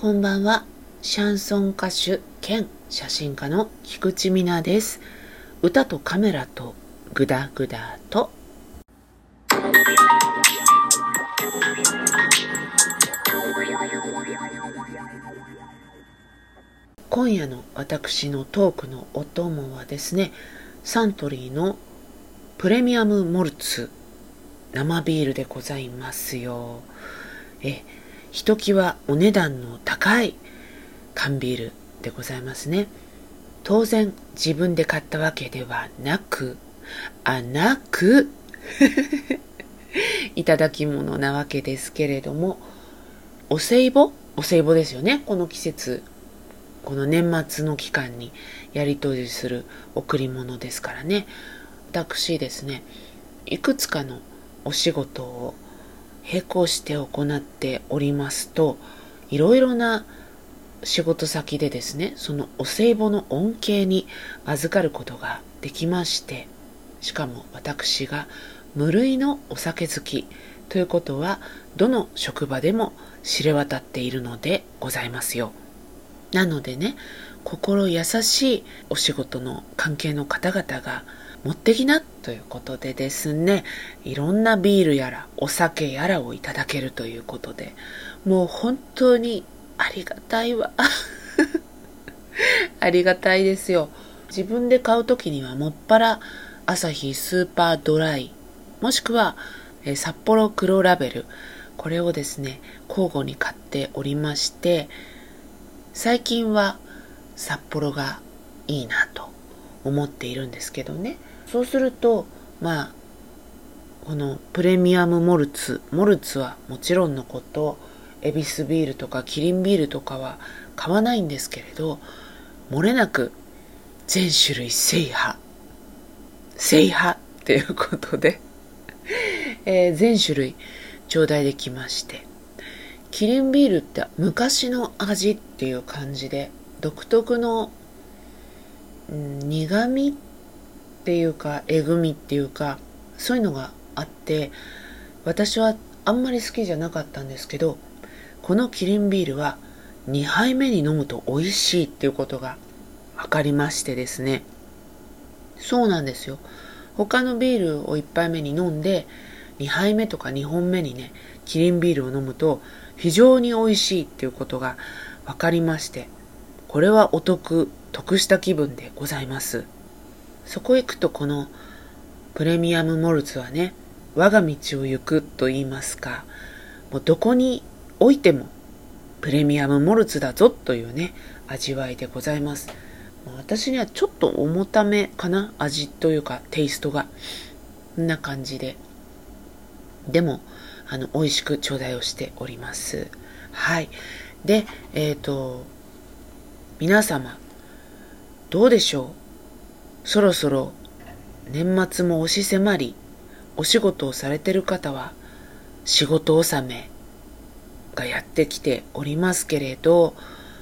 こんばんは。シャンソン歌手兼写真家の菊池美奈です。歌とカメラとグダグダと。今夜の私のトークのお供はですね、サントリーのプレミアムモルツ生ビールでございますよ。ひときわお値段の高い缶ビールでございますね。当然自分で買ったわけではなくいただき物なわけですけれども、お歳暮ですよね。この季節、この年末の期間にやり取りする贈り物ですからね。私ですね、いくつかのお仕事を並行して行っておりますと、いろいろな仕事先でですね、そのお歳暮の恩恵に預かることができまして、しかも私が無類のお酒好きということは、どの職場でも知れ渡っているのでございますよ。なのでね、心優しいお仕事の関係の方々が持ってきなということでですね、いろんなビールやらお酒やらをいただけるということで、もう本当にありがたいわありがたいですよ。自分で買うときにはもっぱらアサヒスーパードライ、もしくは札幌黒ラベル、これをですね交互に買っておりまして、最近は札幌がいいなと思っているんですけどね。そうするとこのプレミアムモルツはもちろんのこと、エビスビールとかキリンビールとかは買わないんですけれど、漏れなく全種類制覇っていうことで全種類頂戴できまして、キリンビールって昔の味っていう感じで、独特の苦味っていうかえぐみっていうか、そういうのがあって、私はあんまり好きじゃなかったんですけど、このキリンビールは2杯目に飲むと美味しいっていうことが分かりましてですね。そうなんですよ。他のビールを1杯目に飲んで2杯目とか2本目にね、キリンビールを飲むと非常に美味しいっていうことが分かりまして、これは得した気分でございます。そこへ行くと、このプレミアムモルツはね、我が道を行くと言いますか、もうどこにおいてもプレミアムモルツだぞというね、味わいでございます。私にはちょっと重ためかな、味というかテイストが。こんな感じで。でも、美味しく頂戴をしております。はい。で、皆様、どうでしょう。そろそろ年末も押し迫り、お仕事をされている方は仕事納めがやってきておりますけれど、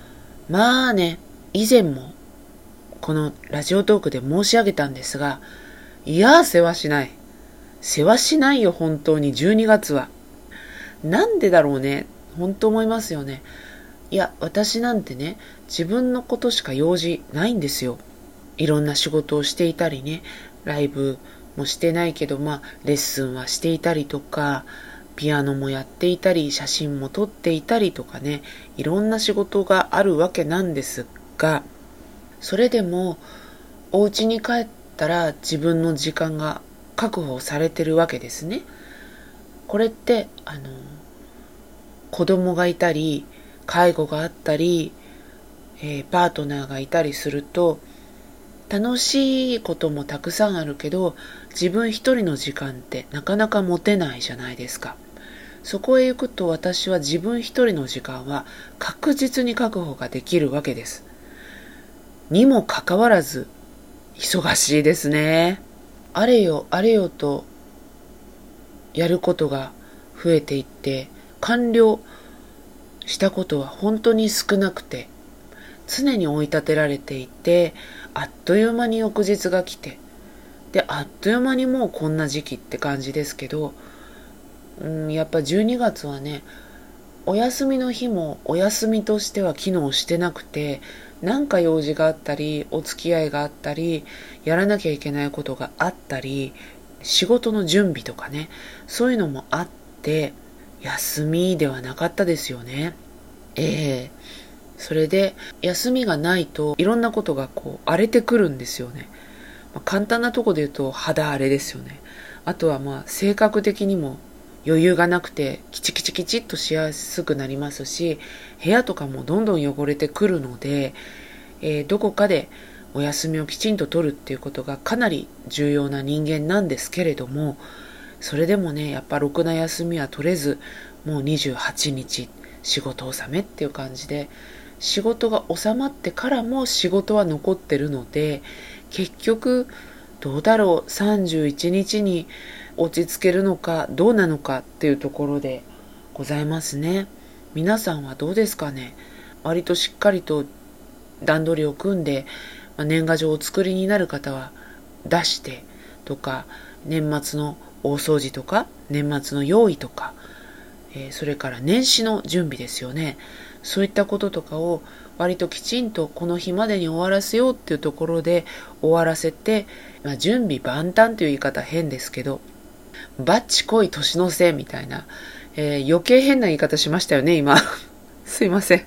以前もこのラジオトークで申し上げたんですが、世話しないよ、本当に。12月はなんでだろうね、本当思いますよね。私なんてね、自分のことしか用事ないんですよ。いろんな仕事をしていたりね、ライブもしてないけど、レッスンはしていたりとか、ピアノもやっていたり、写真も撮っていたりとかね、いろんな仕事があるわけなんですが、それでもお家に帰ったら自分の時間が確保されてるわけですね。これって子供がいたり、介護があったり、パートナーがいたりすると、楽しいこともたくさんあるけど、自分一人の時間ってなかなか持てないじゃないですか。そこへ行くと、私は自分一人の時間は確実に確保ができるわけです。にもかかわらず忙しいですね。あれよとやることが増えていって、完了したことは本当に少なくて、常に追い立てられていて、あっという間に翌日が来て、であっという間にもうこんな時期って感じですけど、やっぱ12月はね、 お休みの日もお休みとしては機能してなくて、なんか用事があったり、お付き合いがあったり、やらなきゃいけないことがあったり、仕事の準備とかね、そういうのもあって、休みではなかったですよね。それで、休みがないといろんなことが荒れてくるんですよね。簡単なとこで言うと肌荒れですよね。あとは性格的にも余裕がなくてキチキチキチっとしやすくなりますし、部屋とかもどんどん汚れてくるので、どこかでお休みをきちんと取るっていうことがかなり重要な人間なんですけれども、それでもね、やっぱろくな休みは取れず、もう28日仕事納めっていう感じで、仕事が収まってからも仕事は残ってるので、結局どうだろう、31日に落ち着けるのかどうなのかっていうところでございますね。皆さんはどうですかね。割としっかりと段取りを組んで、年賀状をお作りになる方は出してとか、年末の大掃除とか年末の用意とか、それから年始の準備ですよね。そういったこととかを割ときちんとこの日までに終わらせようっていうところで終わらせて、準備万端という言い方変ですけど、バッチ濃い年のせいみたいな、余計変な言い方しましたよね今すいません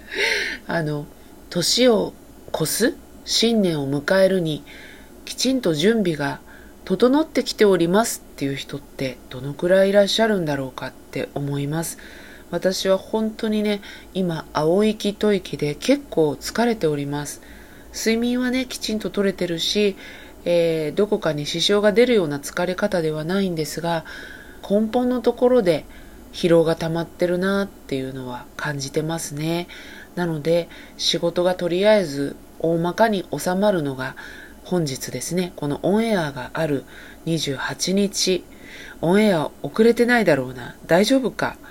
年を越す新年を迎えるにきちんと準備が整ってきておりますっていう人ってどのくらいいらっしゃるんだろうかって思います。私は本当にね、今青息吐息で結構疲れております。睡眠はねきちんと取れてるし、どこかに支障が出るような疲れ方ではないんですが、根本のところで疲労が溜まってるなっていうのは感じてますね。なので仕事がとりあえず大まかに収まるのが本日ですね。このオンエアがある28日、オンエア遅れてないだろうな、大丈夫か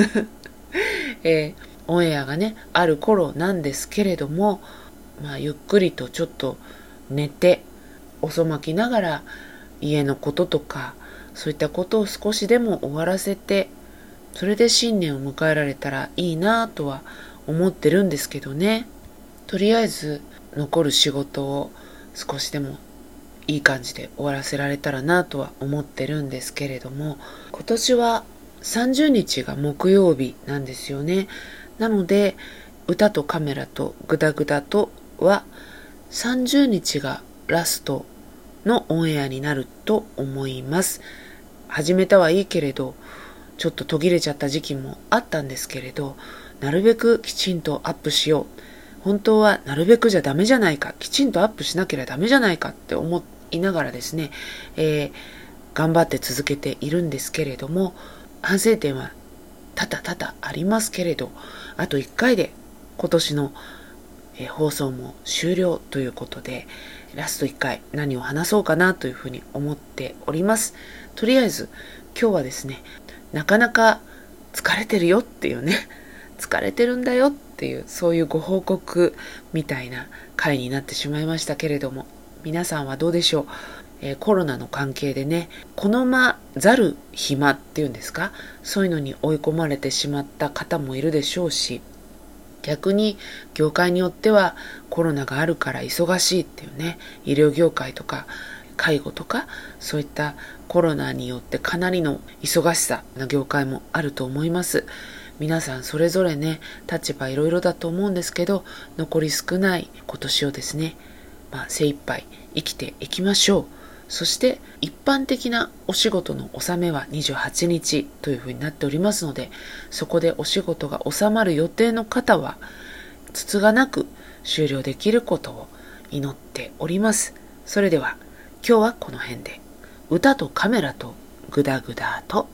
オンエアがねある頃なんですけれども、ゆっくりとちょっと寝て遅まきながら家のこととかそういったことを少しでも終わらせて、それで新年を迎えられたらいいなとは思ってるんですけどね。とりあえず残る仕事を少しでもいい感じで終わらせられたらなとは思ってるんですけれども、今年は30日が木曜日なんですよね。なので歌とカメラとグダグダとは30日がラストのオンエアになると思います。始めたはいいけれどちょっと途切れちゃった時期もあったんですけれど、なるべくきちんとアップしよう、本当はなるべくじゃダメじゃないか、きちんとアップしなければダメじゃないかって思いながらですね、頑張って続けているんですけれども、反省点は多々ありますけれど、あと1回で今年の放送も終了ということで、ラスト1回何を話そうかなというふうに思っております。とりあえず今日はですね、なかなか疲れてるよっていうね、疲れてるんだよっていう、そういうご報告みたいな回になってしまいましたけれども、皆さんはどうでしょう。コロナの関係でね、好まざる暇っていうんですか、そういうのに追い込まれてしまった方もいるでしょうし、逆に業界によってはコロナがあるから忙しいっていうね、医療業界とか介護とかそういったコロナによってかなりの忙しさな業界もあると思います。皆さんそれぞれね、立場いろいろだと思うんですけど、残り少ない今年をですね、精一杯生きていきましょう。そして一般的なお仕事の納めは28日というふうになっておりますので、そこでお仕事が収まる予定の方はつつがなく終了できることを祈っております。それでは今日はこの辺で、歌とカメラとグダグダと。